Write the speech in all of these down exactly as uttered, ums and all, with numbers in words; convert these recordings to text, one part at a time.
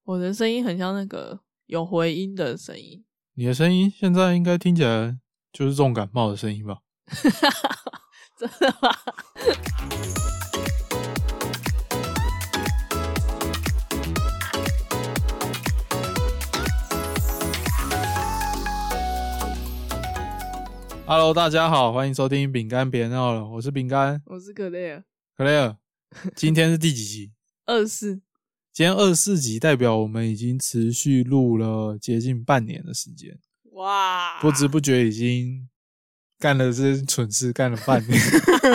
我的声音很像那个有回音的声音。 你的声音现在应该听起来就是重感冒的声音吧？ 真的吗？ Hello， 大家好，欢迎收听饼干别闹了，我是饼干， 我是克雷尔。 克雷尔，今天是第几集？ 二十四。 今天二十四集，代表我们已经持续录了接近半年的时间。 哇！ 不知不觉已经干了这件蠢事，干了半年。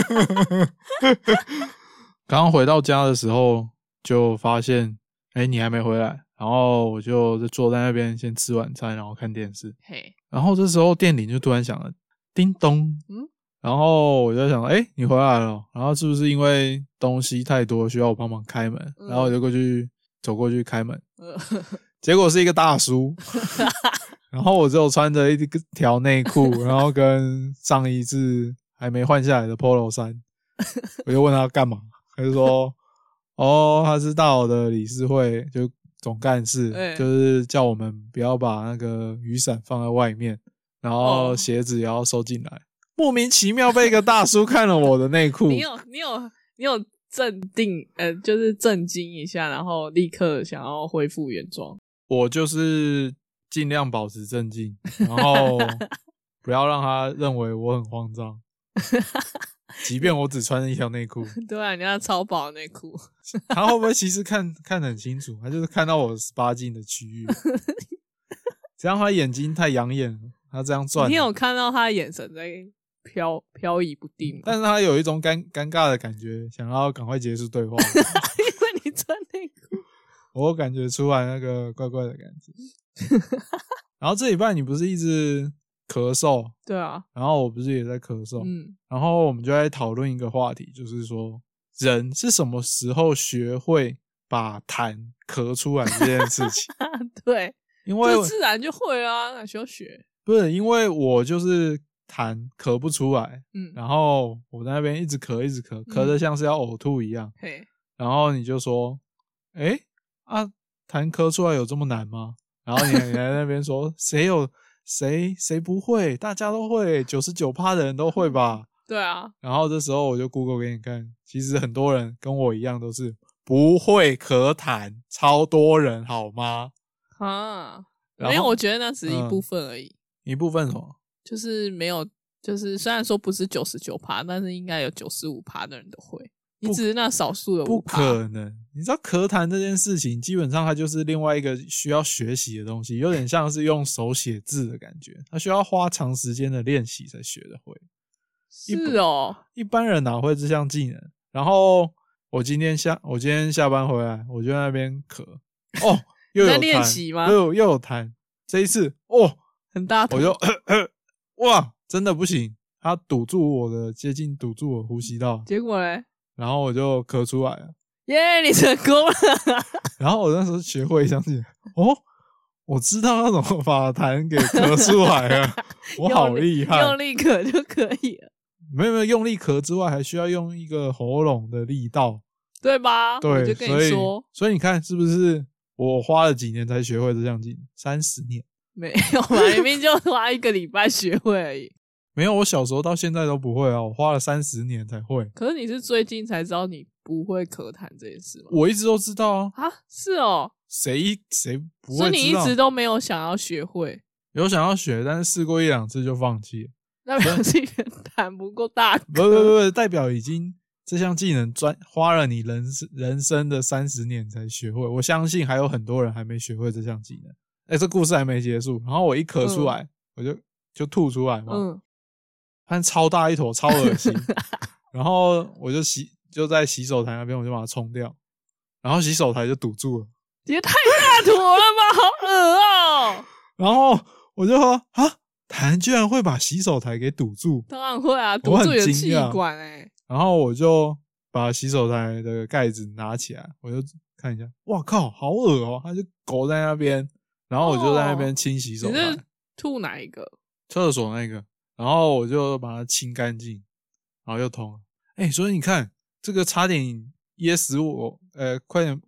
刚刚回到家的时候，就发现，哎、欸，你还没回来。然后我就坐在那边先吃晚餐，然后看电视。 嘿。 然后这时候电铃就突然响了，叮咚。嗯。然后我就想，哎、欸，你回来了。然后是不是因为东西太多需要我帮忙开门？嗯、然后我就过去走过去开门。嗯、结果是一个大叔。然后我只有穿着一条内裤，然后跟上一次还没换下来的 polo 衫。我就问他干嘛，他就说，哦，他是大佬的理事会，就总干事，欸、就是叫我们不要把那个雨伞放在外面，然后鞋子也要收进来。哦、莫名其妙被一个大叔看了我的内裤。 你有你有你有镇定，呃，就是震惊一下，然后立刻想要恢复原状。 我就是尽量保持镇静，然后不要让他认为我很慌张。即便我只穿了一条内裤。 对啊，你要超薄内裤。 他会不会其实看看得很清楚？他就是看到我十八禁的区域。这样他眼睛太养眼了，他这样转。 你有看到他的眼神在飘飘移不定吗？ 但是他有一种尴尴尬的感觉，想要赶快结束对话。 因为你穿内裤。 我感觉出来那个怪怪的感觉。然后这礼拜你不是一直咳嗽？对啊。然后我不是也在咳嗽？嗯。然后我们就在讨论一个话题，就是说人是什么时候学会把痰咳出来这件事情？ 对， 因为就自然就会啊，哪需要学？ 不是，因为我就是痰咳不出来，嗯，然后我在那边一直咳，一直咳，咳得像是要呕吐一样。嘿、嗯，然后你就说，哎啊，痰咳出来有这么难吗？然后你还在那边说，谁有谁谁不会？大家都会， 百分之九十九 的人都会吧？ 对啊。然后这时候我就 Google 给你看，其实很多人跟我一样都是不会咳痰，超多人好吗？ 啊，没有，我觉得那只是一部分而已。 嗯、一部分什么？ 就是没有，就是虽然说不是 百分之九十九， 但是应该有 百分之九十五 的人都会。你只是那少数的 百分之五。 不可能，你知道咳痰这件事情基本上它就是另外一个需要学习的东西，有点像是用手写字的感觉，它需要花长时间的练习才学得会。 是哦， 一般人哪会这项技能？然后我今天下我今天下班回来，我就在那边咳，哦，又有痰， 在练习吗？ 又又有痰，这一次哦很大痰， 我就呵呵哇，真的不行，它堵住我的，接近堵住我呼吸道， 结果嘞， 然后我就咳出来了， 耶、yeah, 你成功了。 然后我那时候学会一项技能，哦，我知道要怎么把痰给咳出来了。我好厉害， 用力咳就可以了。 没有没有，用力咳之外还需要用一个喉咙的力道， 对吧？ 对， 我就跟你说， 所以所以你看是不是我花了几年才学会这项技能？三十年没有吧？明明就花一个礼拜学会而已。 没有，我小时候到现在都不会啊，我花了三十年才会。 可是你是最近才知道你不会咳痰这件事吗？ 我一直都知道啊。 啊，是哦。 谁谁不会知道？ 所以你一直都没有想要学会？ 有想要学，但是试过一两次就放弃了。 代表自己的痰不够大。 不不不不，代表已经这项技能专花了你人人生的三十年才学会。我相信还有很多人还没学会这项技能。哎、欸，这故事还没结束。然后我一咳出来，嗯、我就就吐出来嘛。嗯。但超大一坨，超恶心。然后我就洗，就在洗手台那边，我就把它冲掉。然后洗手台就堵住了。 也太大坨了吧，好恶哦、喔！ 然后我就说啊。痰居然会把洗手台给堵住？ 当然会啊，堵住你的气管哎、欸。 然后我就把洗手台的盖子拿起来，我就看一下，哇靠，好恶哦、喔！它就勾在那边，然后我就在那边清洗手台。 你是吐哪一个？ 厕所那个。然后我就把它清干净，然后又通了。哎、欸，所以你看，这个差点噎死我，呃，快点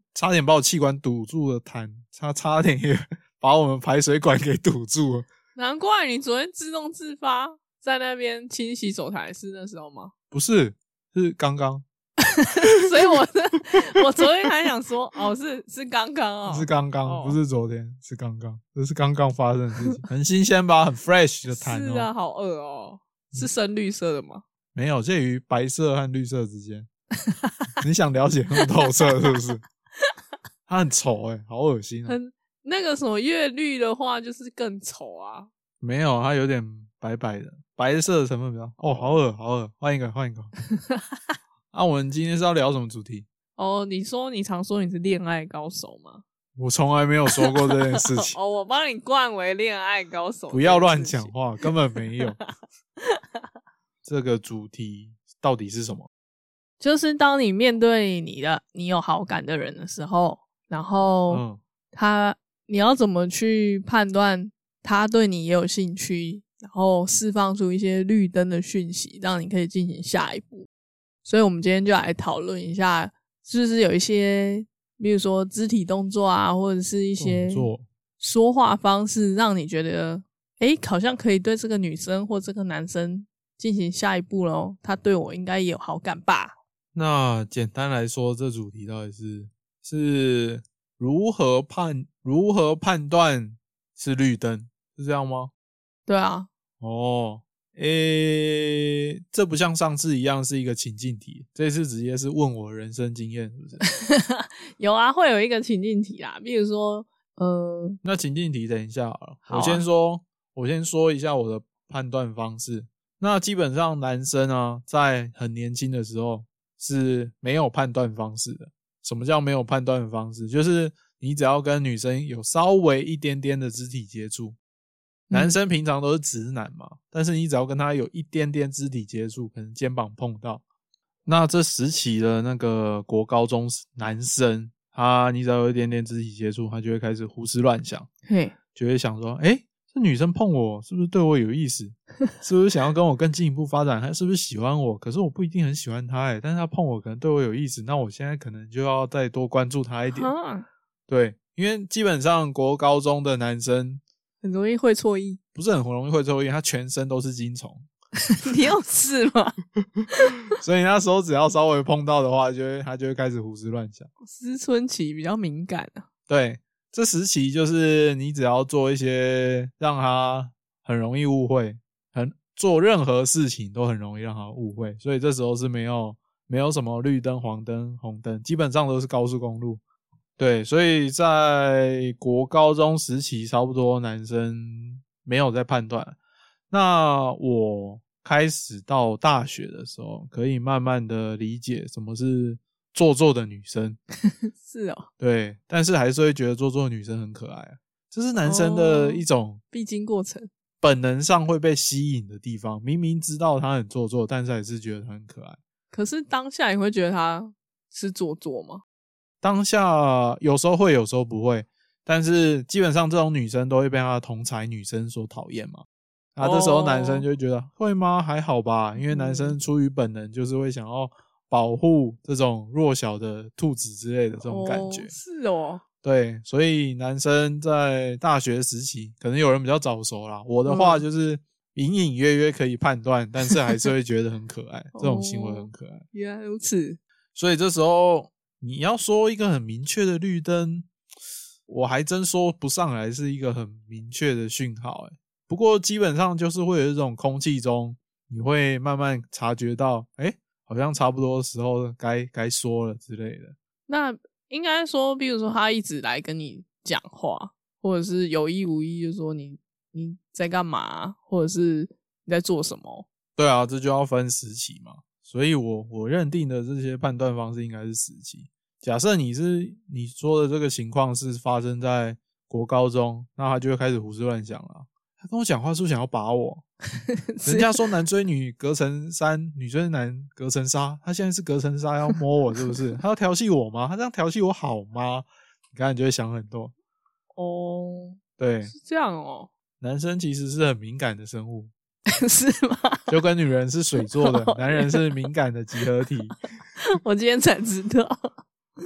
差点把我气管堵住了痰，差差点也把我们排水管给堵住了。 难怪你昨天自动自发在那边清洗手台，是那时候吗？ 不是，是刚刚。 所以我我昨天还想说，哦，是是刚刚哦， 是刚刚、 哦， 不是昨天，是刚刚，这是刚刚发生的事情，很新鲜吧，很 fresh 的痰哦。 是啊，好恶哦，是深绿色的吗？ 没有，介于白色和绿色之间。你想了解那么透彻是不是？它很丑诶、欸、好恶心啊！ 很那个什么越绿的话就是更丑啊。 没有，它有点白白的，白色的成分比较。哦，好恶，好恶，换一个，换一个。啊，我们今天是要聊什么主题？ 哦，你说你常说你是恋爱高手吗？ 我从来没有说过这件事情。 哦，我帮你冠为恋爱高手。 不要乱讲话，根本没有。这个主题到底是什么？ 就是当你面对你的你有好感的人的时候，然后、嗯、他你要怎么去判断他对你也有兴趣，然后释放出一些绿灯的讯息，让你可以进行下一步。所以我们今天就来讨论一下，是不是有一些比如说肢体动作啊，或者是一些说话方式，让你觉得诶好像可以对这个女生或这个男生进行下一步咯，他对我应该也有好感吧。 那简单来说，这主题到底是是如何判如何判断是绿灯，是这样吗？ 对啊。 哦，诶，这不像上次一样是一个情境题，这次直接是问我人生经验，是不是？ 有啊，会有一个情境题啦，比如说，呃， 那情境题等一下好了， 好啊， 我先说，我先说一下我的判断方式。那基本上男生啊，在很年轻的时候是没有判断方式的。什么叫没有判断方式？就是你只要跟女生有稍微一点点的肢体接触，男生平常都是直男嘛，但是你只要跟他有一点点肢体接触，可能肩膀碰到，那这时期的那个国高中男生，他你只要有一点点肢体接触，他就会开始胡思乱想， 嘿， 就会想说，诶，这女生碰我是不是对我有意思？是不是想要跟我更进一步发展？她是不是喜欢我？可是我不一定很喜欢她诶，但是她碰我可能对我有意思，那我现在可能就要再多关注她一点。对，因为基本上国高中的男生很容易会错意， 不是很容易会错意，他全身都是精虫。 你有事吗？ 所以那时候只要稍微碰到的话，就会他就会开始胡思乱想。 思春期比较敏感啊。 对，这时期就是你只要做一些让他很容易误会，很做任何事情都很容易让他误会，所以这时候是没有没有什么绿灯、黄灯、红灯，基本上都是高速公路。对，所以在国高中时期，差不多男生没有在判断。那我开始到大学的时候，可以慢慢的理解什么是做作的女生。 是哦。 对，但是还是会觉得做作的女生很可爱啊，这是男生的一种、哦、 必经过程， 本能上会被吸引的地方。明明知道她很做作，但是还是觉得她很可爱。 可是当下你会觉得她是做作吗？ 当下有时候会，有时候不会，但是基本上这种女生都会被她的同侪女生所讨厌嘛。啊，这时候男生就会觉得、哦、会吗？还好吧，因为男生出于本能就是会想要保护这种弱小的兔子之类的这种感觉。 哦，是哦。 对，所以男生在大学时期，可能有人比较早熟啦。我的话就是隐隐约约可以判断，但是还是会觉得很可爱，这种行为很可爱。 原来如此。 所以这时候你要说一个很明确的绿灯，我还真说不上来是一个很明确的讯号欸。不过基本上就是会有一种空气中，你会慢慢察觉到，诶，好像差不多时候该该说了之类的。 那应该说，比如说他一直来跟你讲话，或者是有意无意就说你你在干嘛，或者是你在做什么。 对啊，这就要分时期嘛。所以我我认定的这些判断方式应该是时期。假设你是你说的这个情况是发生在国高中，那他就会开始胡思乱想了。他跟我讲话是不是想要把我？人家说男追女隔层山，女追男隔层纱，他现在是隔层纱要摸我是不是？他要调戏我吗？他这样调戏我好吗？你看你就会想很多。 哦， 对， 是这样哦。 男生其实是很敏感的生物。 是吗？ 就跟女人是水做的，男人是敏感的集合体。 我今天才知道。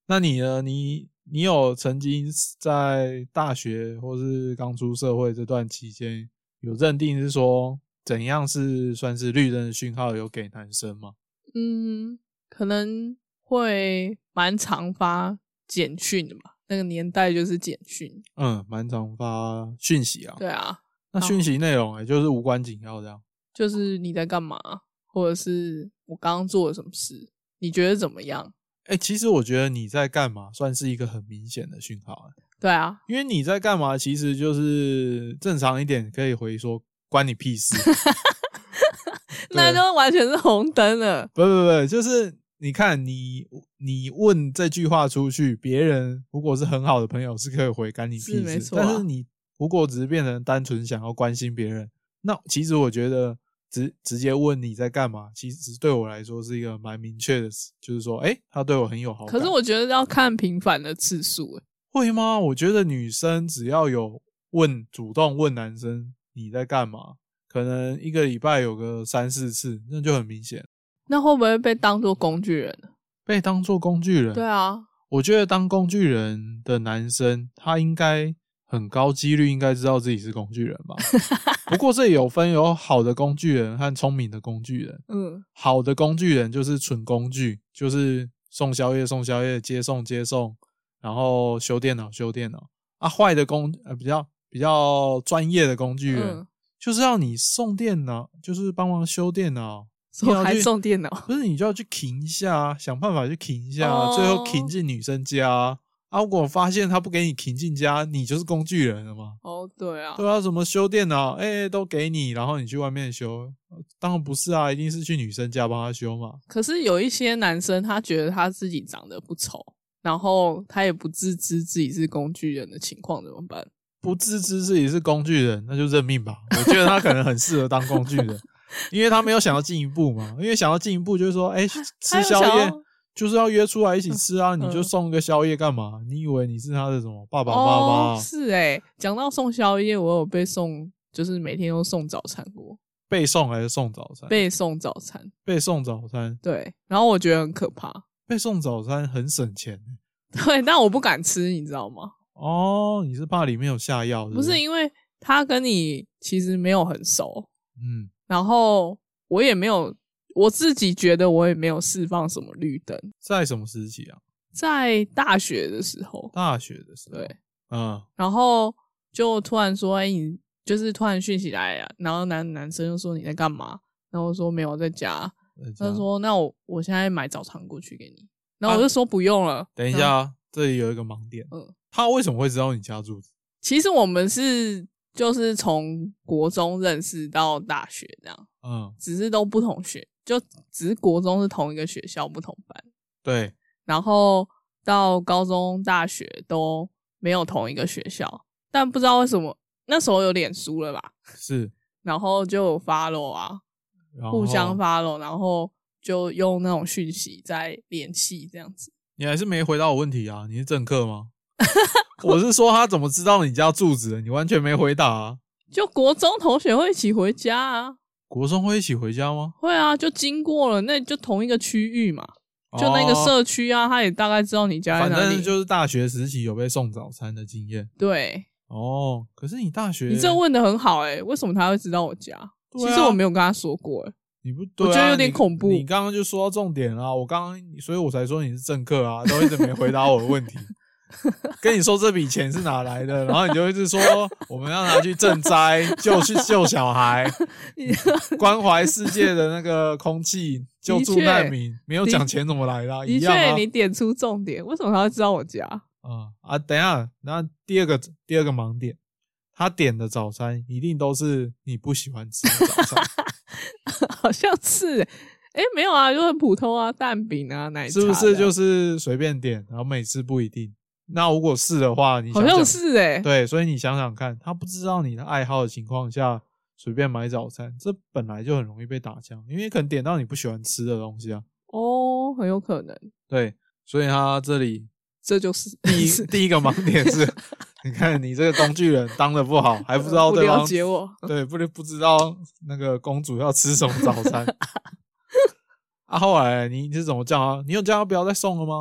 那你呢？你你有曾经在大学或是刚出社会这段期间，有认定是说怎样是算是绿灯的讯号有给男生吗？ 嗯，可能会蛮常发简讯的吧，那个年代就是简讯。 嗯，蛮常发讯息啊。 对啊， 那讯息内容也就是无关紧要这样。 就是你在干嘛，或者是我刚刚做了什么事，你觉得怎么样？ 哎、欸，其实我觉得你在干嘛算是一个很明显的讯号、欸。 对啊， 因为你在干嘛，其实就是正常一点可以回说关你屁事。 那就完全是红灯了。 不不不，就是你看你你问这句话出去，别人如果是很好的朋友是可以回干你屁事， 是啊、 但是你如果只是变成单纯想要关心别人，那其实我觉得直直接问你在干嘛，其实对我来说是一个蛮明确的，就是说，哎、欸，他对我很有好感。 可是我觉得要看频繁的次数、欸， 会吗？我觉得女生只要有问主动问男生你在干嘛，可能一个礼拜有个三四次，那就很明显。 那会不会被当作工具人？ 被当作工具人？ 对啊， 我觉得当工具人的男生，他应该很高几率应该知道自己是工具人吧。不过这也有分有好的工具人和聪明的工具人。嗯，好的工具人就是纯工具，就是送宵夜送宵夜，接送接送，然后修电脑修电脑。啊，坏的工呃比较比较专业的工具人、嗯，就是要你送电脑，就是帮忙修电脑。 我还送电脑， 不是你就要去停一下啊，想办法去停一下啊， oh. 最后停进女生家啊。啊如果发现他不给你停进家，你就是工具人了嘛。 哦、oh, 对啊， 对啊，什么修电脑，哎、欸，都给你，然后你去外面修，当然不是啊，一定是去女生家帮他修嘛。 可是有一些男生，他觉得他自己长得不丑，然后他也不自知自己是工具人的情况怎么办？ 不自知自己是工具人，那就认命吧。我觉得他可能很适合当工具人。因为他没有想要进一步嘛，因为想要进一步就是说，哎、欸，吃宵夜就是要约出来一起吃啊，你就送个宵夜干嘛？你以为你是他的什么爸爸妈妈？ 哦，是哎、欸，讲到送宵夜，我有被送，就是每天都送早餐过。 被送还是送早餐？ 被送早餐， 被送早餐。 对，然后我觉得很可怕。 被送早餐很省钱。 对，但我不敢吃，你知道吗？ 哦，你是怕里面有下药是不是？ 不是，因为他跟你其实没有很熟。 嗯。 然后我也没有，我自己觉得我也没有释放什么绿灯。 在什么时期啊？ 在大学的时候。 大学的时候。 对， 嗯。 然后就突然说，哎、欸，你就是突然讯息来啊，然后男男生就说你在干嘛？然后我说没有在家。他说那我我现在买早餐过去给你。然后我就说不用了。啊、 等一下，这里有一个盲点。嗯。他为什么会知道你家住址？ 其实我们是。就是从国中认识到大学这样，嗯，只是都不同学，就只是国中是同一个学校不同班， 对， 然后到高中大学都没有同一个学校，但不知道为什么那时候有脸书了吧？ 是， 然后就有 follow 啊，互相 follow， 然后就用那种讯息在联系这样子。 你还是没回答我问题啊？你是政客吗？我是说他怎么知道你家住址的？你完全没回答啊！ 就国中同学会一起回家啊。 国中会一起回家吗？ 会啊，就经过了，那就同一个区域嘛，就那个社区啊，他也大概知道你家在哪里。 反正就是大学时期有被送早餐的经验。 对。 哦，可是你大学， 你这问得很好诶、欸，为什么他会知道我家？啊、其实我没有跟他说过诶、欸。 你不对、啊， 我觉得有点恐怖。 你刚刚就说到重点啊，我刚刚，所以我才说你是政客啊，都一直没回答我的问题。跟你说这笔钱是哪来的，然后你就一直说我们要拿去赈灾，救去救小孩，关怀世界的那个空气，救助难民，没有讲钱怎么来的、啊？一样啊。 的确，你点出重点，为什么他会知道我家？ 嗯啊，等一下，那第二个第二个盲点，他点的早餐一定都是你不喜欢吃的早餐， 好像是、欸。哎、欸，没有啊，就很普通啊，蛋饼啊，奶茶， 是不是就是随便点，然后每次不一定？那如果是的话，你想想好像是哎、欸， 对，所以你想想看，他不知道你的爱好的情况下，随便买早餐，这本来就很容易被打枪，因为可能点到你不喜欢吃的东西啊。 哦，很有可能。 对，所以他这里这就是第一第一个盲点是，你看你这个工具人当得不好，还不知道对方不了解我， 对，不不知道那个公主要吃什么早餐。啊，后来你是怎么叫他？你有叫他不要再送了吗？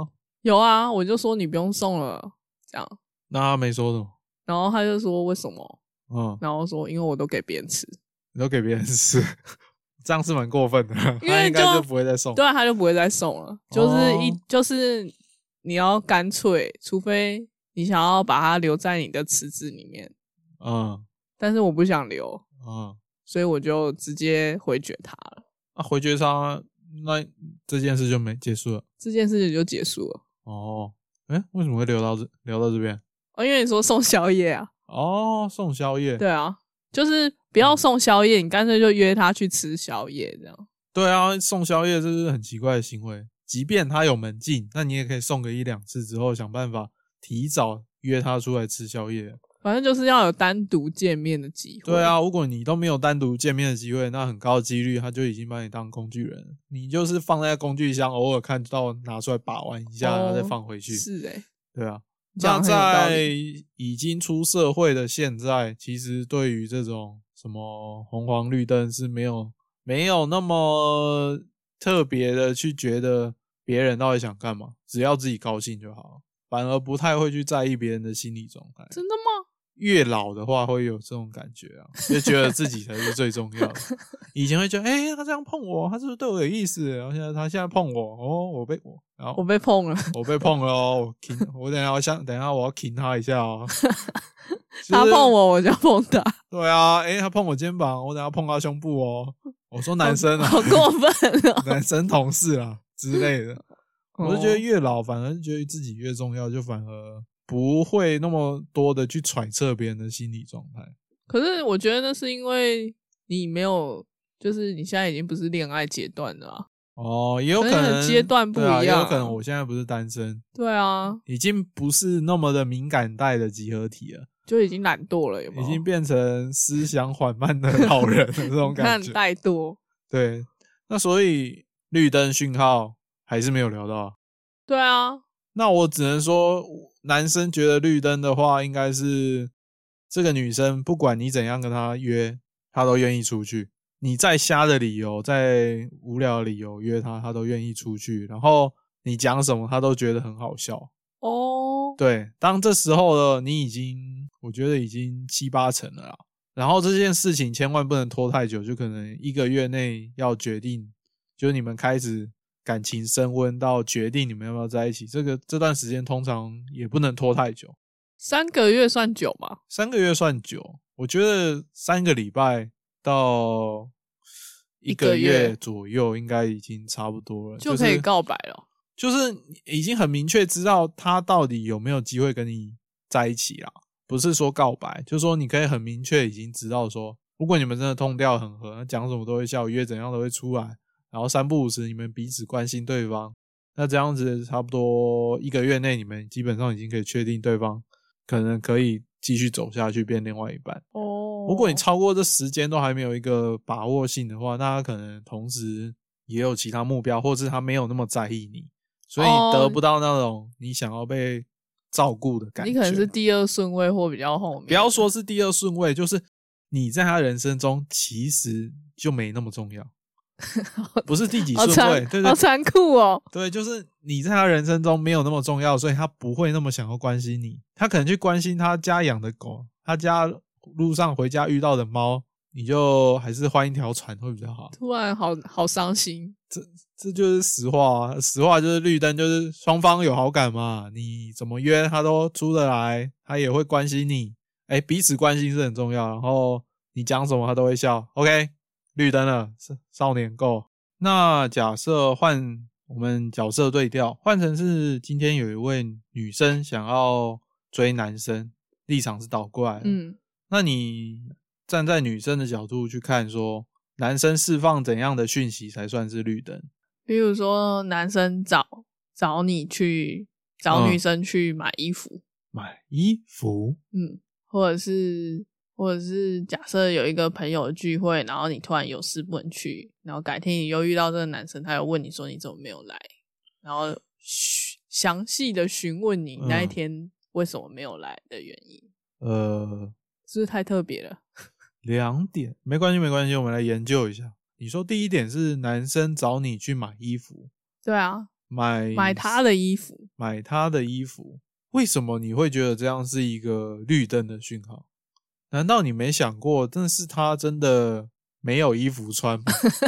有啊，我就说你不用送了，这样。 那他没说什么？ 然后他就说为什么？ 嗯， 然后说因为我都给别人吃。 你都给别人吃，这样是蛮过分的。 因为他应该就不会再送。 对啊，他就不会再送了。就是一、 哦、 就是你要干脆，除非你想要把它留在你的池子里面。 嗯， 但是我不想留。 嗯， 所以我就直接回绝他了。 啊，回绝他，那这件事就没结束了。 这件事情就结束了。 哦，哎，为什么会聊到这聊到这边？ 哦，因为你说送宵夜啊。 哦，送宵夜。 对啊，就是不要送宵夜，你干脆就约他去吃宵夜这样。 对啊，送宵夜这是很奇怪的行为。即便他有门禁，那你也可以送个一两次之后，想办法提早约他出来吃宵夜。 反正就是要有单独见面的机会。 对啊，如果你都没有单独见面的机会，那很高的几率他就已经把你当工具人了。你就是放在工具箱，偶尔看到拿出来把玩一下，哦、然后再放回去。 是诶、欸、 对啊。那在已经出社会的现在，其实对于这种什么红黄绿灯是没有没有那么特别的去觉得别人到底想干嘛，只要自己高兴就好，反而不太会去在意别人的心理状态。 真的吗？ 越老的话会有这种感觉啊，就觉得自己才是最重要的。以前会觉得，哎、欸，他这样碰我，他是不是对我有意思？然后现在他现在碰我，哦，我被我，然后我被碰了， 我被碰了哦，我我等一下我想等一下我要 king 他一下哦。 他碰我，我就碰他。 对啊，哎、欸，他碰我肩膀，我等一下碰他胸部哦。我说男生啊， 好, 好过分哦， 男生同事啊之类的。我就觉得越老，反而觉得自己越重要，就反而不会那么多的去揣测别人的心理状态。 可是我觉得那是因为你没有，就是你现在已经不是恋爱阶段了啊。 哦，也有可能阶段不一样、啊啊，也有可能我现在不是单身。 对啊，已经不是那么的敏感带的集合体了， 就已经懒惰了，有没有？ 已经变成思想缓慢的老人的这种感觉。 看怠惰。 对，那所以绿灯讯号还是没有聊到。 对啊， 那我只能说，男生觉得绿灯的话，应该是这个女生不管你怎样跟她约，她都愿意出去。你再瞎的理由，再无聊的理由约她，她都愿意出去。然后你讲什么，她都觉得很好笑。 哦， 对，当这时候了，你已经，我觉得已经七八成了啦。然后这件事情千万不能拖太久，就可能一个月内要决定，就是你们开始感情升温到决定你们要不要在一起，这个这段时间通常也不能拖太久。 三个月算久吗？ 三个月算久，我觉得三个礼拜到一个月左右应该已经差不多了， 就可以告白了。 就是已经很明确知道他到底有没有机会跟你在一起啦，不是说告白，就是说你可以很明确已经知道说，如果你们真的通调很合，讲什么都会笑，约怎样都会出来，然后三不五时你们彼此关心对方，那这样子差不多一个月内你们基本上已经可以确定对方可能可以继续走下去变另外一半。 哦， 如果你超过这时间都还没有一个把握性的话，那他可能同时也有其他目标，或是他没有那么在意你，所以你得不到那种你想要被照顾的感觉。 你可能是第二顺位或比较后面。 不要说是第二顺位，就是你在他人生中其实就没那么重要。不是第几顺位，对对， 好残酷哦。 对，就是你在他人生中没有那么重要，所以他不会那么想要关心你。他可能去关心他家养的狗，他家路上回家遇到的猫，你就还是换一条船会比较好。 突然好好伤心。 这这就是实话啊，实话就是绿灯，就是双方有好感嘛，你怎么约他都出得来，他也会关心你。哎，彼此关心是很重要，然后你讲什么他都会笑。OK。绿灯了，少年够。那假设换我们角色对调，换成是今天有一位女生想要追男生，立场是倒过来的。嗯，那你站在女生的角度去看说，男生释放怎样的讯息才算是绿灯？ 比如说男生找找你去找女生去买衣服，嗯、 买衣服， 嗯，或者是。或者是假设有一个朋友的聚会，然后你突然有事不能去，然后改天你又遇到这个男生，他又问你说你怎么没有来，然后详细的询问你那一天为什么没有来的原因。呃，是不是太特别了？ 两点，没关系没关系，我们来研究一下。你说第一点是男生找你去买衣服， 对啊， 买买他的衣服， 买他的衣服，为什么你会觉得这样是一个绿灯的讯号？难道你没想过，但是他真的没有衣服穿吗？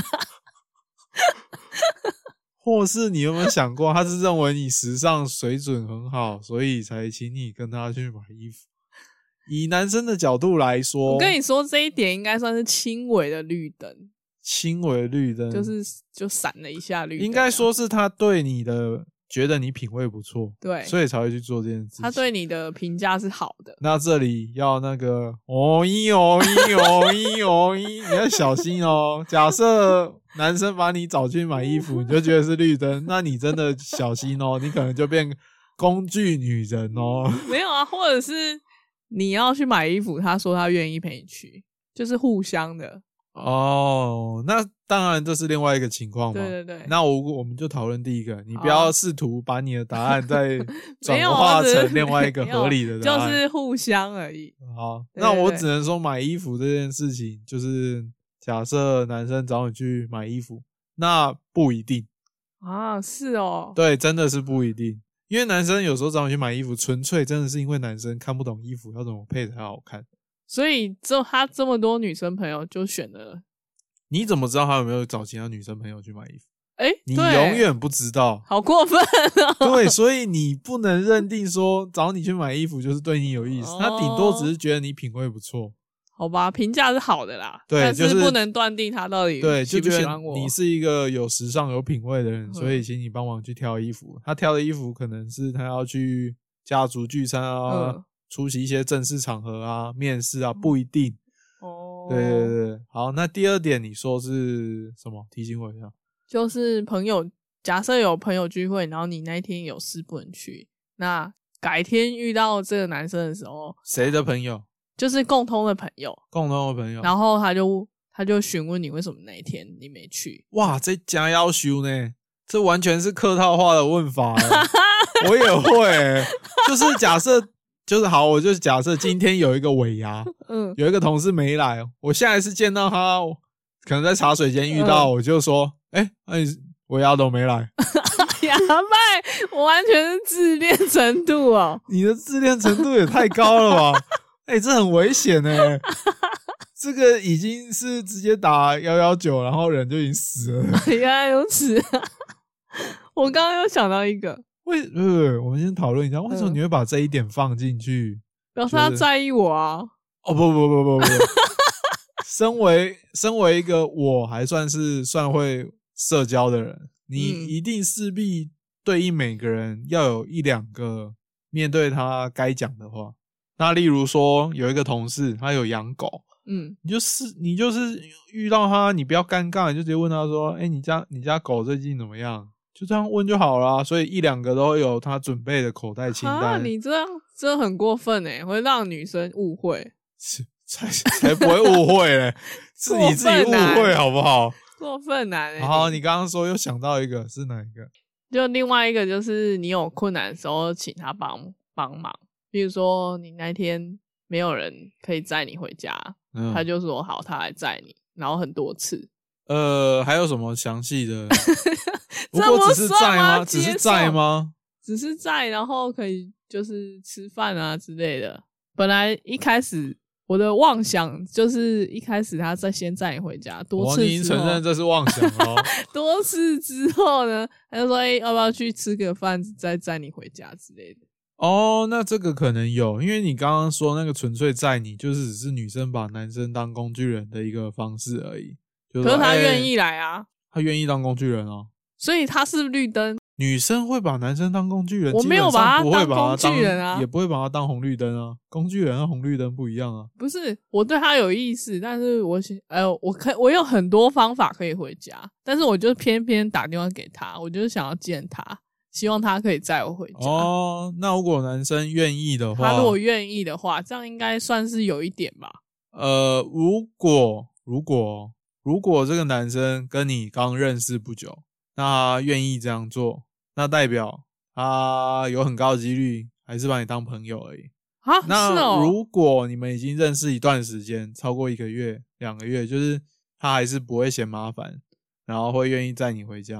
或是你有没有想过，他是认为你时尚水准很好，所以才请你跟他去买衣服？以男生的角度来说， 我跟你说这一点应该算是轻微的绿灯， 轻微的绿灯就是就闪了一下绿灯、啊， 应该说是他对你的觉得你品味不错， 对， 所以才会去做这件事情。 他对你的评价是好的。 那这里要那个哦咦哦咦哦咦哦咦，你要小心哦。假设男生把你找去买衣服，你就觉得是绿灯，那你真的小心哦，你可能就变工具女人哦。 没有啊，或者是你要去买衣服，他说他愿意陪你去，就是互相的。 哦，那当然这是另外一个情况嘛。 对对对。 那我我们就讨论第一个，你不要试图把你的答案再转啊化成另外一个合理的答案， 就是互相而已。 好， 对对对， 那我只能说买衣服这件事情，就是假设男生找你去买衣服，那不一定啊，是哦， 对，真的是不一定，因为男生有时候找你去买衣服，纯粹真的是因为男生看不懂衣服要怎么配才好看。 所以这他这么多女生朋友就选了。 你怎么知道他有没有找其他女生朋友去买衣服？ 诶、 你永远不知道。 好过分哦。 对，所以你不能认定说找你去买衣服就是对你有意思， 哦、 他顶多只是觉得你品味不错。 好吧，评价是好的啦， 对， 但是不能断定他到底对， 喜不喜欢我。 就觉得你是一个有时尚、有品味的人，嗯、所以请你帮忙去挑衣服。他挑的衣服可能是他要去家族聚餐啊。嗯，出席一些正式场合啊，面试啊，不一定。哦，对对对，好，那第二点你说是什么？提醒我一下。 就是朋友，假设有朋友聚会，然后你那一天有事不能去，那改天遇到这个男生的时候， 谁的朋友？ 就是共通的朋友， 共通的朋友。 然后他就他就询问你为什么那一天你没去？ 哇，这加要求呢？这完全是客套化的问法我也会欸，就是假设就是好，我就假设今天有一个尾牙，嗯，有一个同事没来，我下一次见到他，可能在茶水间遇到，嗯、我就说，哎、欸，那尾牙都没来， 哑巴，我完全是自恋程度哦， 你的自恋程度也太高了吧？哎、欸，这很危险哎，这个已经是直接打一一九，然后人就已经死了。 原来如此，我刚刚又想到一个。 为呃，我们先讨论一下，为什么你会把这一点放进去？ 表示他在意我啊！ 哦不不不不不，身为身为一个我还算是算会社交的人，你一定势必对应每个人要有一两个面对他该讲的话。那例如说有一个同事他有养狗，嗯，你就是你就是遇到他，你不要尴尬，你就直接问他说：“哎、欸，你家你家狗最近怎么样？”就这样问就好啦，所以一两个都有他准备的口袋清单。 啊，你这样真的很过分诶，会让女生误会， 才才不会误会嘞，是你自己误会好不好？ 过分难诶。 好，你刚刚说又想到一个，是哪一个？ 就另外一个就是你有困难的时候，请他帮帮忙，比如说你那天没有人可以载你回家，嗯、他就说好，他来载你，然后很多次。 呃，还有什么详细的？如果只是在吗？只是在吗？ 只是在，然后可以就是吃饭啊之类的。本来一开始我的妄想就是一开始他再先载你回家，多次之后， 你已经承认这是妄想哦。 多次之后呢，他就说：“哎、欸，要不要去吃个饭，再载你回家之类的？” 哦，那这个可能有，因为你刚刚说那个纯粹载你，就是只是女生把男生当工具人的一个方式而已。就是、 可是他愿意来啊， 欸、他愿意当工具人哦， 所以他是绿灯。 女生会把男生当工具人， 我没有把他当工具人啊，也不会把他当红绿灯啊。工具人和红绿灯不一样啊。 不是，我对他有意思，但是我呃，我可我有很多方法可以回家，但是我就偏偏打电话给他，我就是想要见他，希望他可以载我回家。 哦，那如果男生愿意的话， 他如果愿意的话，这样应该算是有一点吧。 呃，如果如果。如果这个男生跟你刚认识不久，那他愿意这样做，那代表他有很高的几率还是把你当朋友而已啊。 那是哦， 如果你们已经认识一段时间，超过一个月、两个月，就是他还是不会嫌麻烦，然后会愿意载你回家，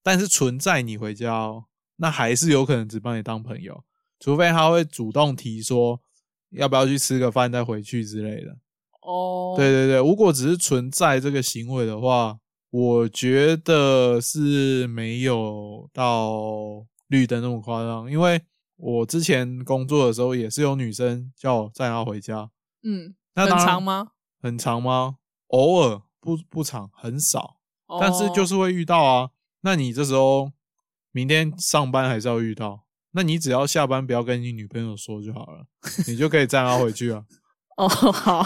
但是纯载你回家哦，那还是有可能只把你当朋友，除非他会主动提说要不要去吃个饭再回去之类的。 哦， 对对对，如果只是纯载这个行为的话，我觉得是没有到绿灯那么夸张，因为我之前工作的时候也是有女生叫我载她回家。 嗯， 那很长吗？ 很长吗？偶尔，不不长，很少， 哦， 但是就是会遇到啊。那你这时候明天上班还是要遇到，那你只要下班不要跟你女朋友说就好了，你就可以载她回去啊。 哦，好。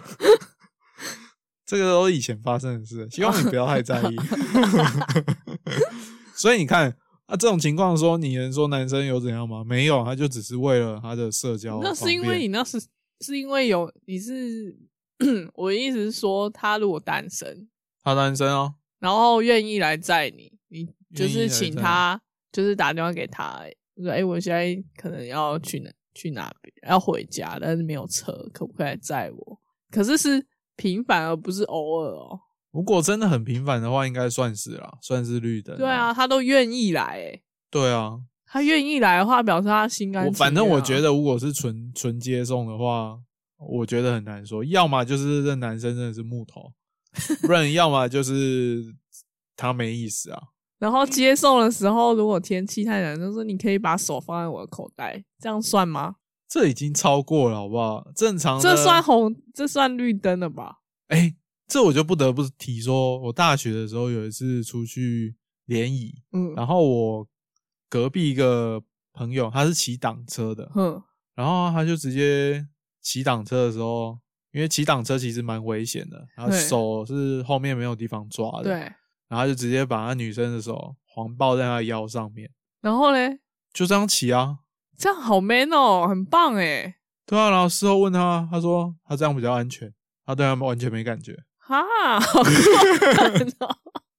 这个都是以前发生的事，希望你不要太在意。所以你看啊，这种情况说，你能说男生有怎样吗？没有，他就只是为了他的社交方便。 那是因为你那是是因为有你是我的意思是说，他如果单身， 他单身哦， 然后愿意来载你，你就是请他，就是打电话给他，说：“哎、欸，我现在可能要去哪去哪边，要回家，但是没有车，可不可以来载我？”可是是频繁而不是偶尔哦。 如果真的很频繁的话，应该算是啦，算是绿灯。 对啊，他都愿意来诶。 对啊， 他愿意来的话，表示他心甘情愿、啊。 反正我觉得，如果是纯纯接送的话，我觉得很难说。要么就是这男生真的是木头，不然要么就是他没意思啊。 然后接送的时候，如果天气太冷，就说你可以把手放在我的口袋，这样算吗？ 这已经超过了，好不好？正常的， 这算红，这算绿灯了吧？ 哎、欸，这我就不得不提说，我大学的时候有一次出去联谊，嗯，然后我隔壁一个朋友他是骑挡车的，嗯，然后他就直接骑挡车的时候，因为骑挡车其实蛮危险的，然后手是后面没有地方抓的， 对， 然后他就直接把他女生的手环抱在他腰上面， 然后嘞， 就这样骑啊。 这样好 man 哦，很棒诶。 对啊，然后事后问他，他说他这样比较安全，他对他们完全没感觉。 哈，好过分哦！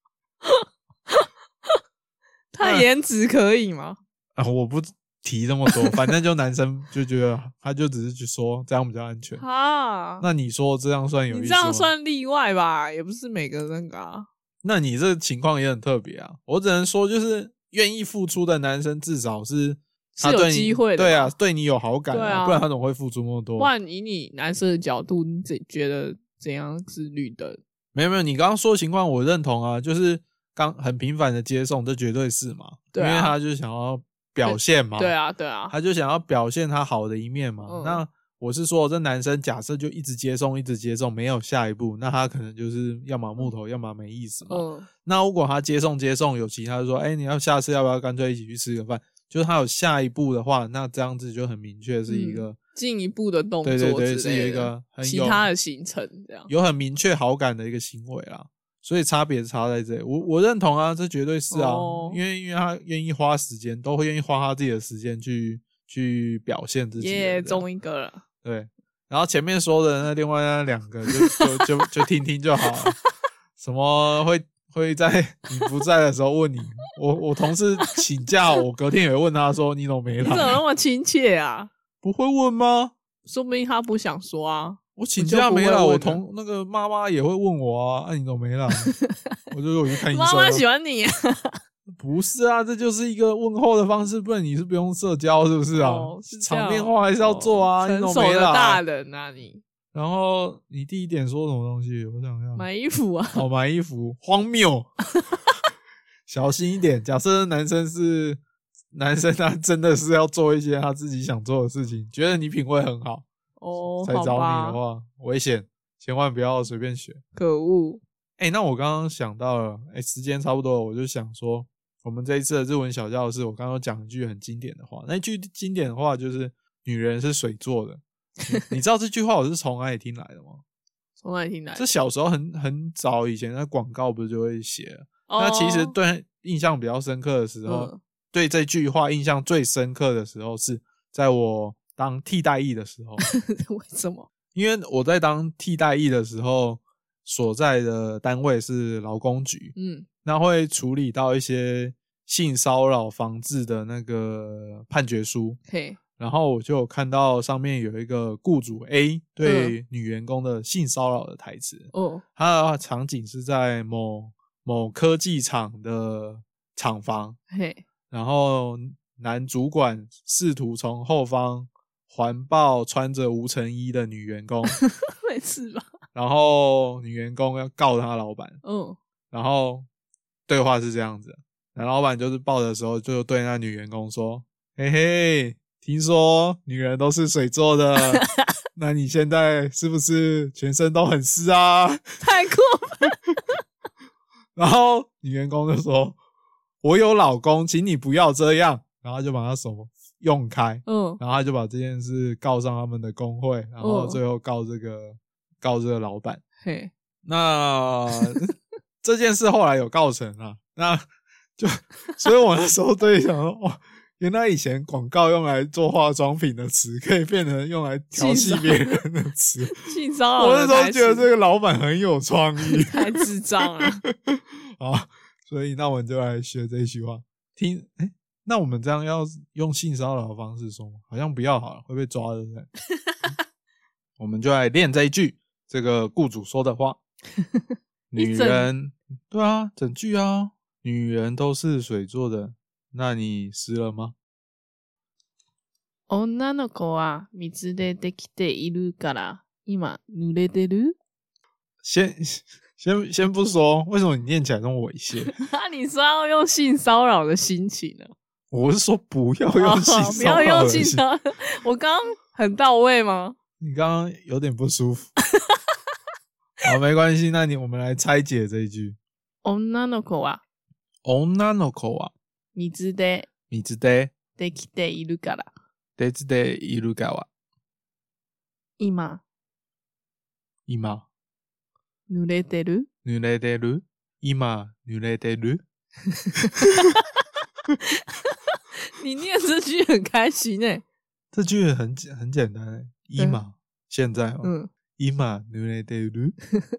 他颜值可以吗？ 啊，我不提这么多，反正就男生就觉得，他就只是去说这样比较安全。 哈， 那你说这样算有意思吗？ 你这样算例外吧，也不是每个人啊。 那你这个情况也很特别啊，我只能说就是愿意付出的男生至少是。 是有机会的， 对啊，对你有好感、啊， 对啊， 不然他怎么会付出那么多？ 不然以你男生的角度，你怎觉得怎样是绿灯？ 没有没有，你刚刚说的情况我认同啊，就是刚很频繁的接送，这绝对是嘛， 对啊， 因为他就想要表现嘛， 对啊对啊， 他就想要表现他好的一面嘛。嗯、那我是说，这男生假设就一直接送，一直接送，没有下一步，那他可能就是要么木头，要么没意思嘛。嗯、那如果他接送接送有其他就说，哎、欸，你要下次要不要干脆一起去吃个饭？就是他有下一步的话，那这样子就很明确是一个进、嗯、一步的动作， 对对对，是有一个很有其他的行程这样， 有很明确好感的一个行为啦。所以差别差在这里，我我认同啊，这绝对是啊，哦、因为因为他愿意花时间，都会愿意花他自己的时间去去表现自己。 耶，中一个了。 对，然后前面说的那另外那两个就就就就听听就好了，什么会。会在你不在的时候问你，我我同事请假，我隔天也会问他说你怎么没来？ 你怎么那么亲切啊？ 不会问吗？ 说不定他不想说啊。 我请假没来，我同那个妈妈也会问我啊，啊你怎么没来？我就我去看医生。 妈妈喜欢你啊？ 不是啊，这就是一个问候的方式，不然你是不用社交是不是啊？哦、是场面话还是要做啊？ 哦、成熟的大人啊你。 然后你第一点说什么东西？我想想， 买衣服啊！ 哦，买衣服，荒谬！小心一点。假设男生是男生，他真的是要做一些他自己想做的事情，觉得你品味很好哦， 才找你的话，危险，千万不要随便选。 可恶！ 哎、欸，那我刚刚想到了，哎、欸，时间差不多了，我就想说，我们这一次的日文小教室，我刚刚讲一句很经典的话，那一句经典的话就是“女人是水做的”。你, 你知道这句话我是从哪里听来的吗？ 从哪里听来的？ 这小时候很很早以前，那广告不是就会写了？ 哦、 那其实对印象比较深刻的时候、嗯，对这句话印象最深刻的时候是在我当替代役的时候。 为什么？ 因为我在当替代役的时候，所在的单位是劳工局，嗯，那会处理到一些性骚扰防治的那个判决书。 嘿。 然后我就有看到上面有一个雇主 A 对女员工的性骚扰的台词。哦，他的场景是在某某科技厂的厂房， 嘿， 然后男主管试图从后方环抱穿着无尘衣的女员工， 没事吧？ 然后女员工要告他老板， 嗯， 然后对话是这样子，男老板就是抱的时候就对那女员工说：“嘿嘿，听说女人都是水做的，那你现在是不是全身都很湿啊？” 太过分。 然后女员工就说：“我有老公，请你不要这样。”然后就把他手用开， 嗯， 然后他就把这件事告上他们的工会，然后最后告这个、嗯、告这个老板。 嘿， 那这件事后来有告成啊，那就所以我那时候对想说，哇，原来以前广告用来做化妆品的词，可以变成用来调戏别人的词。 性骚扰， 我那时候觉得这个老板很有创意， 太智障了。 好，所以那我们就来学这一句话。听，哎，那我们这样要用性骚扰的方式说吗？好像不要好了，会被抓的。我们就来练这一句，这个雇主说的话。女人，对啊，整句啊，女人都是水做的，那你湿了吗？ 女の子は水でできているから、今濡れてる？ 先先先不说，为什么你念起来那么猥亵？ 你说要用性骚扰的心情呢？ 我是说不要用性骚扰的心情、哦、不要用性骚扰。 我刚刚很到位吗？ 你刚刚有点不舒服。好，没关系，那你我们来拆解这一句。 女の子は女の子は水で水でできているからできているから今今濡れてる濡れてる今濡れてる你念这句很开心欸。 这句很很简单欸。今现在哦， 嗯， 今濡れてる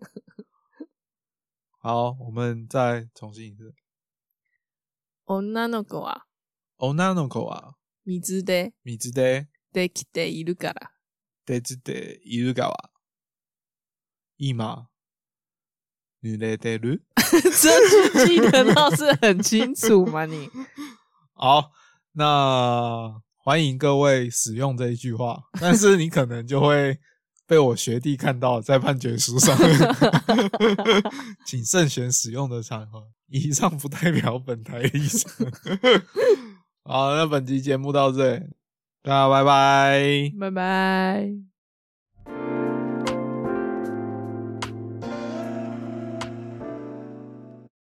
好，我们再重新一次。 女の子は女の子は水で水でできているからできているから今濡れてる这句记得倒是很清楚嘛你。 好，那欢迎各位使用这一句话，但是你可能就会被我学弟看到在判决书上请慎选使用的场合，以上不代表本台立场。好，那本期节目到这里，大家拜拜， 拜拜。